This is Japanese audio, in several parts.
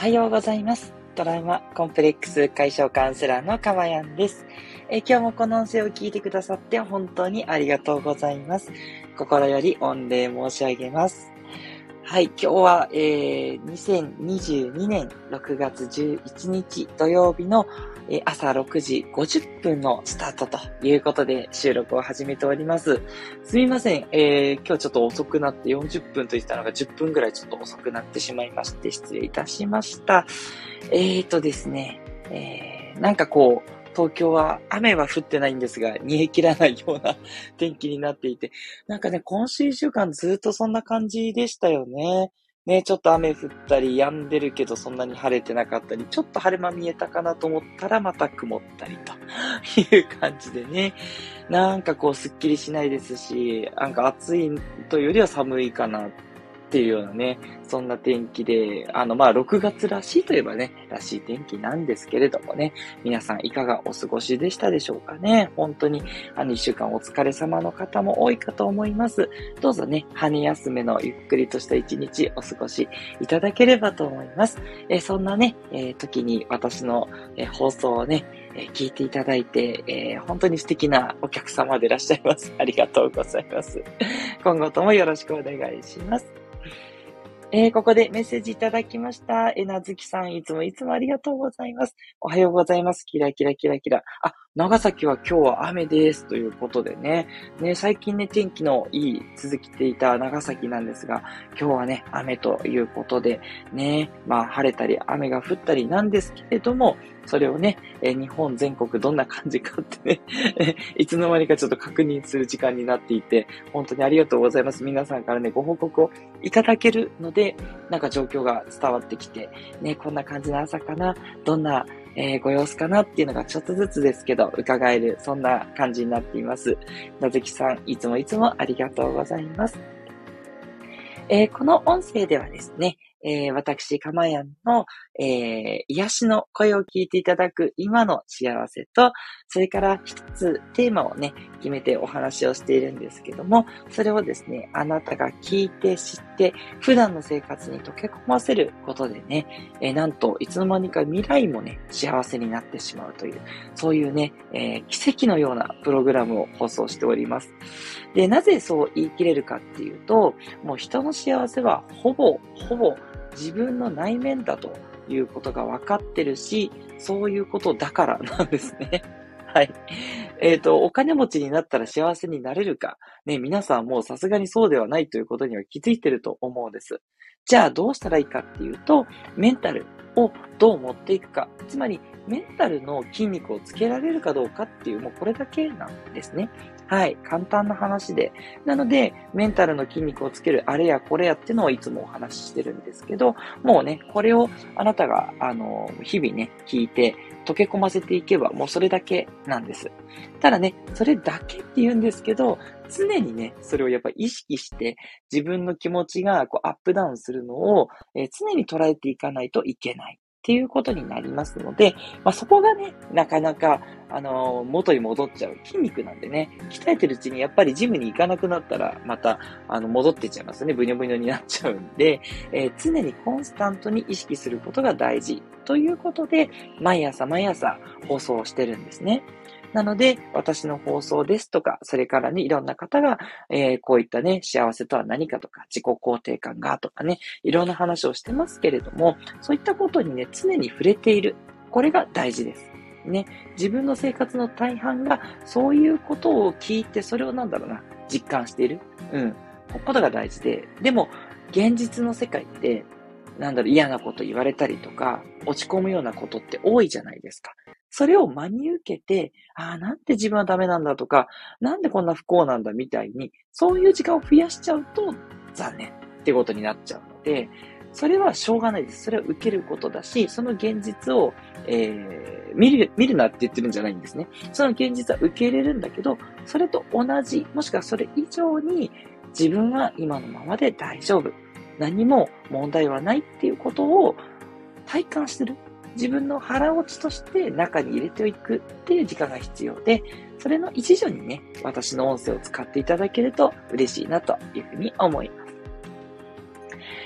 はようございます。トラウマコンプレックス解消カウンセラーのかまやんです。今日もこの音声を聞いてくださって本当にありがとうございます。心より御礼申し上げます。はい、今日は、2022年6月11日土曜日の、朝6時50分のスタートということで収録を始めております。すみません、今日ちょっと遅くなって40分と言ったのが10分ぐらいちょっと遅くなってしまいまして失礼いたしました。ですね、なんかこう、東京は雨は降ってないんですが、煮え切らないような天気になっていて、なんかね、今週1週間ずっとそんな感じでしたよね。ね、ちょっと雨降ったり、止んでるけどそんなに晴れてなかったり、ちょっと晴れ間見えたかなと思ったらまた曇ったりという感じでね。なんかこうすっきりしないですし、なんか暑いというよりは寒いかなっていうようなね、そんな天気で、6月らしいといえばね、らしい天気なんですけれどもね、皆さんいかがお過ごしでしたでしょうかね。本当に、1週間お疲れ様の方も多いかと思います。どうぞね、羽休めのゆっくりとした一日お過ごしいただければと思います。そんなね、時に私の、放送をね、聞いていただいて、本当に素敵なお客様でいらっしゃいます。ありがとうございます。今後ともよろしくお願いします。ここでメッセージいただきました。なずきさん、いつもありがとうございます。おはようございます。キラキラキラキラ。長崎は今日は雨です。ということでね。最近ね、天気のいい続きていた長崎なんですが、今日はね、雨ということで、ね、晴れたり雨が降ったりなんですけれども、それをね、日本全国どんな感じかってね、いつの間にかちょっと確認する時間になっていて、本当にありがとうございます。皆さんからね、ご報告をいただけるので、なんか状況が伝わってきて、ね、こんな感じの朝かな、どんな、ご様子かなっていうのがちょっとずつですけど、伺える、そんな感じになっています。なずきさん、いつもありがとうございます。この音声ではですね、私、かまやんの、癒しの声を聞いていただく今の幸せと、それから一つテーマをね、決めてお話をしているんですけども、それをですね、あなたが聞いて知って、普段の生活に溶け込ませることでね、なんといつの間にか未来もね、幸せになってしまうという、そういうね、奇跡のようなプログラムを放送しております。で、なぜそう言い切れるかっていうと、もう人の幸せはほぼ自分の内面だということが分かってるし、そういうことだからなんですね。はい。お金持ちになったら幸せになれるか。ね、皆さんもうさすがにそうではないということには気づいてると思うんです。じゃあどうしたらいいかっていうと、メンタルをどう持っていくか。つまり、メンタルの筋肉をつけられるかどうかっていう、もうこれだけなんですね。はい。簡単な話で。なので、メンタルの筋肉をつけるあれやこれやっていうのをいつもお話ししてるんですけど、もうね、これをあなたが、日々ね、聞いて溶け込ませていけば、もうそれだけなんです。ただね、それだけって言うんですけど、常にね、それをやっぱり意識して、自分の気持ちがこうアップダウンするのを、常に捉えていかないといけない。っていうことになりますので、そこがね、なかなか、元に戻っちゃう筋肉なんでね、鍛えてるうちにやっぱりジムに行かなくなったら、また、戻ってっちゃいますね。ブニョブニョになっちゃうんで、常にコンスタントに意識することが大事ということで、毎朝放送をしてるんですね。なので、私の放送ですとか、それからね、いろんな方が、こういったね、幸せとは何かとか、自己肯定感がとかね、いろんな話をしてますけれども、そういったことにね、常に触れている。これが大事です。ね、自分の生活の大半が、そういうことを聞いて、それを実感している。ことが大事で、でも、現実の世界って、嫌なこと言われたりとか、落ち込むようなことって多いじゃないですか。それを真に受けて、なんで自分はダメなんだとか、なんでこんな不幸なんだみたいに、そういう時間を増やしちゃうと残念ってことになっちゃうので、それはしょうがないです。それは受けることだし、その現実を、見るなって言ってるんじゃないんですね。その現実は受け入れるんだけど、それと同じ、もしくはそれ以上に、自分は今のままで大丈夫。何も問題はないっていうことを体感してる。自分の腹落ちとして中に入れていくっていう時間が必要で、それの一助にね、私の音声を使っていただけると嬉しいなというふうに思います。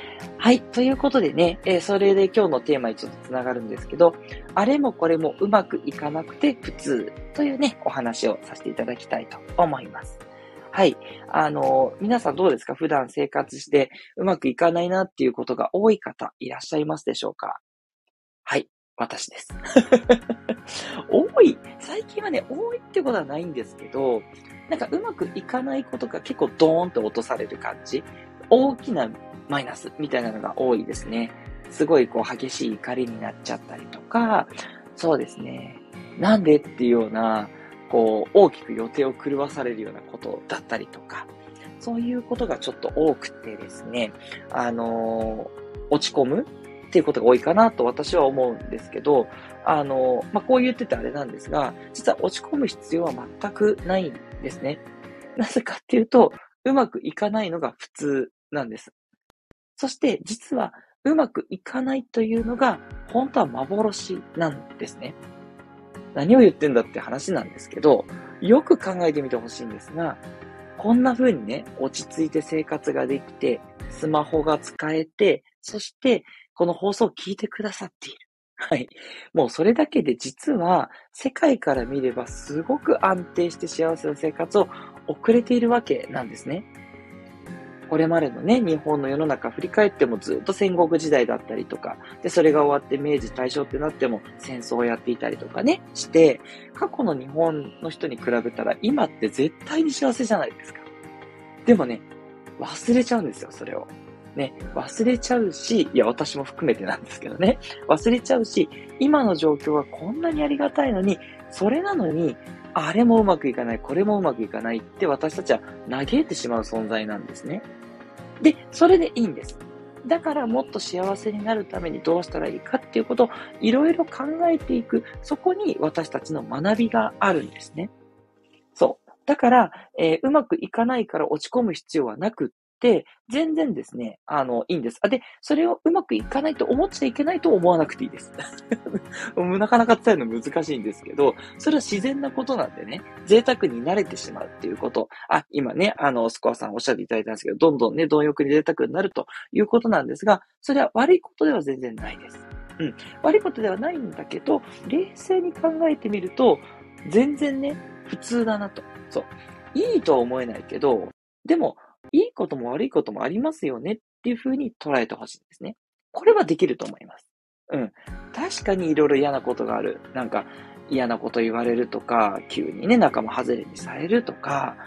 はい。ということでね、それで今日のテーマにちょっとつながるんですけど、あれもこれもうまくいかなくて普通というね、お話をさせていただきたいと思います。はい。皆さんどうですか？普段生活してうまくいかないなっていうことが多い方いらっしゃいますでしょうか？はい。私です。多い。最近はね、多いってことはないんですけど、なんかうまくいかないことが結構ドーンと落とされる感じ。大きなマイナスみたいなのが多いですね。すごいこう激しい怒りになっちゃったりとか、そうですね。なんでっていうような、こう大きく予定を狂わされるようなことだったりとか、そういうことがちょっと多くてですね、落ち込むっていうことが多いかなと私は思うんですけど、こう言っててあれなんですが、実は落ち込む必要は全くないんですね。なぜかっていうと、うまくいかないのが普通なんです。そして実はうまくいかないというのが本当は幻なんですね。何を言ってんだって話なんですけど、よく考えてみてほしいんですが、こんな風にね、落ち着いて生活ができて、スマホが使えて、そしてこの放送を聞いてくださっている。はい。もうそれだけで実は世界から見ればすごく安定して幸せな生活を送れているわけなんですね。これまでのね、日本の世の中振り返ってもずっと戦国時代だったりとか、で、それが終わって明治大正ってなっても戦争をやっていたりとかね、して、過去の日本の人に比べたら今って絶対に幸せじゃないですか。でもね、忘れちゃうんですよ、それを。ね、忘れちゃうし、いや、私も含めてなんですけどね、忘れちゃうし、今の状況はこんなにありがたいのに、それなのに、あれもうまくいかない、これもうまくいかないって私たちは嘆いてしまう存在なんですね。で、それでいいんです。だからもっと幸せになるためにどうしたらいいかっていうことをいろいろ考えていく、そこに私たちの学びがあるんですね。そう。だから、うまくいかないから落ち込む必要はなくって、全然ですね、いいんです。で、それをうまくいかないと思っちゃいけないと思わなくていいです。なかなか伝えるの難しいんですけど、それは自然なことなんでね、贅沢に慣れてしまうっていうこと。今ね、スコアさんおっしゃっていただいたんですけど、どんどんね、貪欲に贅沢になるということなんですが、それは悪いことでは全然ないです。うん。悪いことではないんだけど、冷静に考えてみると、全然ね、普通だなと。そう。いいとは思えないけど、でも、いいことも悪いこともありますよねっていう風に捉えてほしいんですね。これはできると思います。うん。確かにいろいろ嫌なことがある。なんか、嫌なこと言われるとか、急にね、仲間外れにされるとか、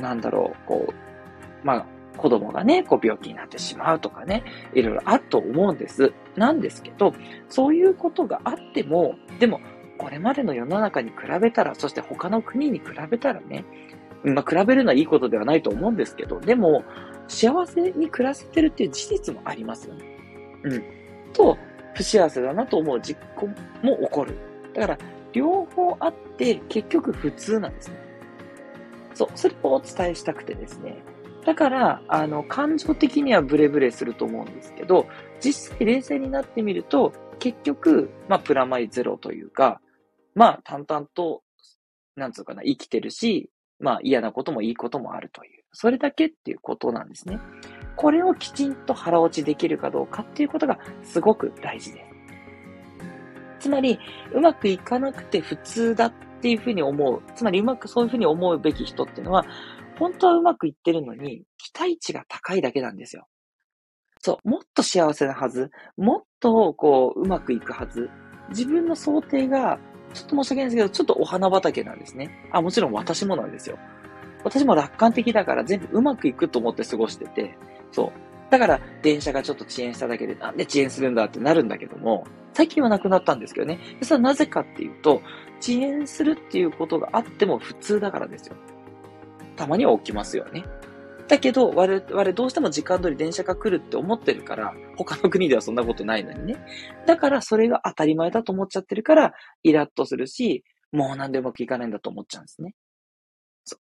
子供がね、病気になってしまうとかね、いろいろあると思うんです。なんですけど、そういうことがあっても、でも、これまでの世の中に比べたら、そして他の国に比べたらね、比べるのはいいことではないと思うんですけど、でも、幸せに暮らせてるっていう事実もありますよね。うん。と、不幸せだなと思う実行も起こる。だから、両方あって、結局普通なんですね。そう、それをお伝えしたくてですね。だから、感情的にはブレブレすると思うんですけど、実際冷静になってみると、結局、プラマイゼロというか、淡々と、なんつうかな、生きてるし、嫌なこともいいこともあるという。それだけっていうことなんですね。これをきちんと腹落ちできるかどうかっていうことがすごく大事です。つまり、うまくいかなくて普通だっていうふうに思う。つまり、うまくそういうふうに思うべき人っていうのは、本当はうまくいってるのに、期待値が高いだけなんですよ。そう、もっと幸せなはず。もっと、うまくいくはず。自分の想定が、ちょっと申し訳ないんですけど、ちょっとお花畑なんですね。もちろん私もなんですよ。私も楽観的だから全部うまくいくと思って過ごしてて、そう。だから電車がちょっと遅延しただけでなんで遅延するんだってなるんだけども、最近はなくなったんですけどね。それはなぜかっていうと、遅延するっていうことがあっても普通だからですよ。たまには起きますよね。だけど、我々どうしても時間通り電車が来るって思ってるから、他の国ではそんなことないのにね。だからそれが当たり前だと思っちゃってるから、イラッとするし、もうなんでうまくいかないんだと思っちゃうんですね。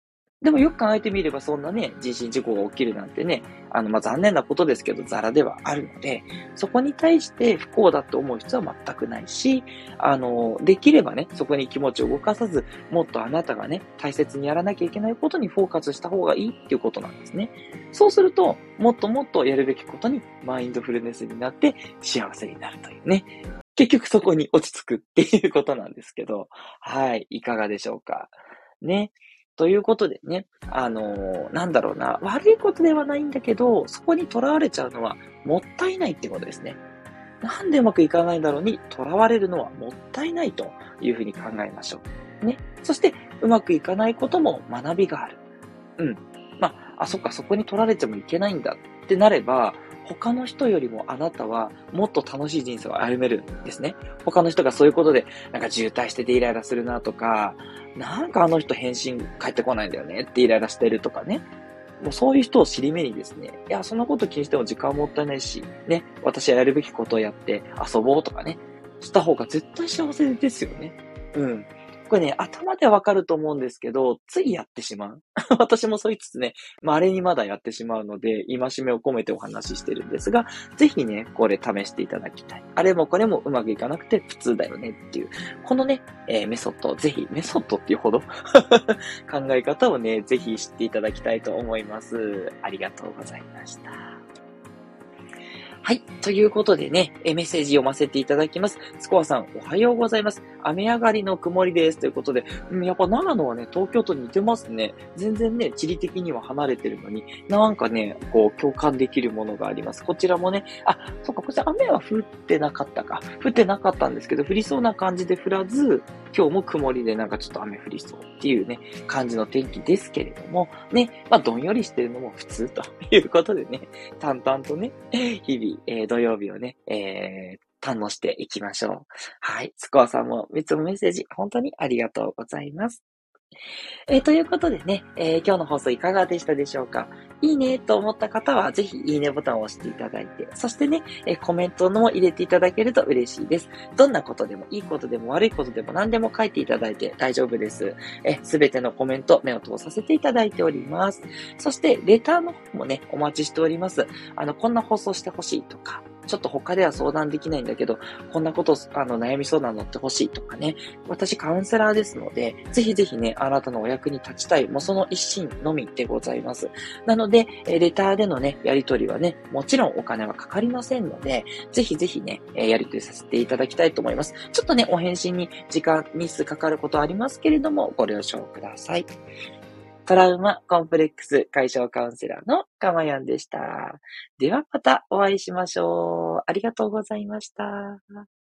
でもよく考えてみればそんなね、人身事故が起きるなんてね、残念なことですけど、ザラではあるので、そこに対して不幸だって思う必要は全くないし、できればね、そこに気持ちを動かさず、もっとあなたがね、大切にやらなきゃいけないことにフォーカスした方がいいっていうことなんですね。そうすると、もっともっとやるべきことにマインドフルネスになって幸せになるというね。結局そこに落ち着くっていうことなんですけど、はい、いかがでしょうか。ね。ということでね、悪いことではないんだけど、そこに囚われちゃうのはもったいないってことですね。なんでうまくいかないんだろうに囚われるのはもったいないというふうに考えましょう。ね。そして、うまくいかないことも学びがある。うん。そっか、そこに取られてもいけないんだってなれば、他の人よりもあなたはもっと楽しい人生を歩めるんですね。他の人がそういうことで、なんか渋滞しててイライラするなとか、なんかあの人返信返ってこないんだよねってイライラしてるとかね。もうそういう人を尻目にですね、いや、そんなこと気にしても時間もったいないし、ね、私はやるべきことをやって遊ぼうとかね、した方が絶対幸せですよね。うん。これね、頭ではわかると思うんですけど、ついやってしまう。私もそう言いつつね、稀にまだやってしまうので、戒めを込めてお話ししてるんですが、ぜひね、これ試していただきたい。あれもこれもうまくいかなくて普通だよねっていう、このね、メソッド、ぜひ、メソッドっていうほど考え方をね、ぜひ知っていただきたいと思います。ありがとうございました。はい。ということでね、メッセージ読ませていただきます。スコアさん、おはようございます。雨上がりの曇りです。ということで、やっぱ長野はね、東京と似てますね。全然ね、地理的には離れてるのに、なんかね、こう、共感できるものがあります。こちらもね、そっか、こちら雨は降ってなかったか。降ってなかったんですけど、降りそうな感じで降らず、今日も曇りでなんかちょっと雨降りそうっていうね、感じの天気ですけれども、ね、どんよりしてるのも普通ということでね、淡々とね、日々、土曜日をね、堪能していきましょう。はい。スコアさんもいつもメッセージ、本当にありがとうございます。ということでね、今日の放送いかがでしたでしょうか？いいねと思った方は、ぜひいいねボタンを押していただいて、そしてね、コメントのも入れていただけると嬉しいです。どんなことでも、いいことでも悪いことでも何でも書いていただいて大丈夫です。すべてのコメント、目を通させていただいております。そして、レターの方もね、お待ちしております。こんな放送してほしいとか、ちょっと他では相談できないんだけど、こんなこと、悩み相談乗ってほしいとかね。私カウンセラーですので、ぜひぜひね、あなたのお役に立ちたい、もうその一心のみでございます。なので、レターでのね、やり取りはね、もちろんお金はかかりませんので、ぜひぜひね、やり取りさせていただきたいと思います。ちょっとね、お返信に日数かかることはありますけれども、ご了承ください。トラウマコンプレックス解消カウンセラーのかまやんでした。ではまたお会いしましょう。ありがとうございました。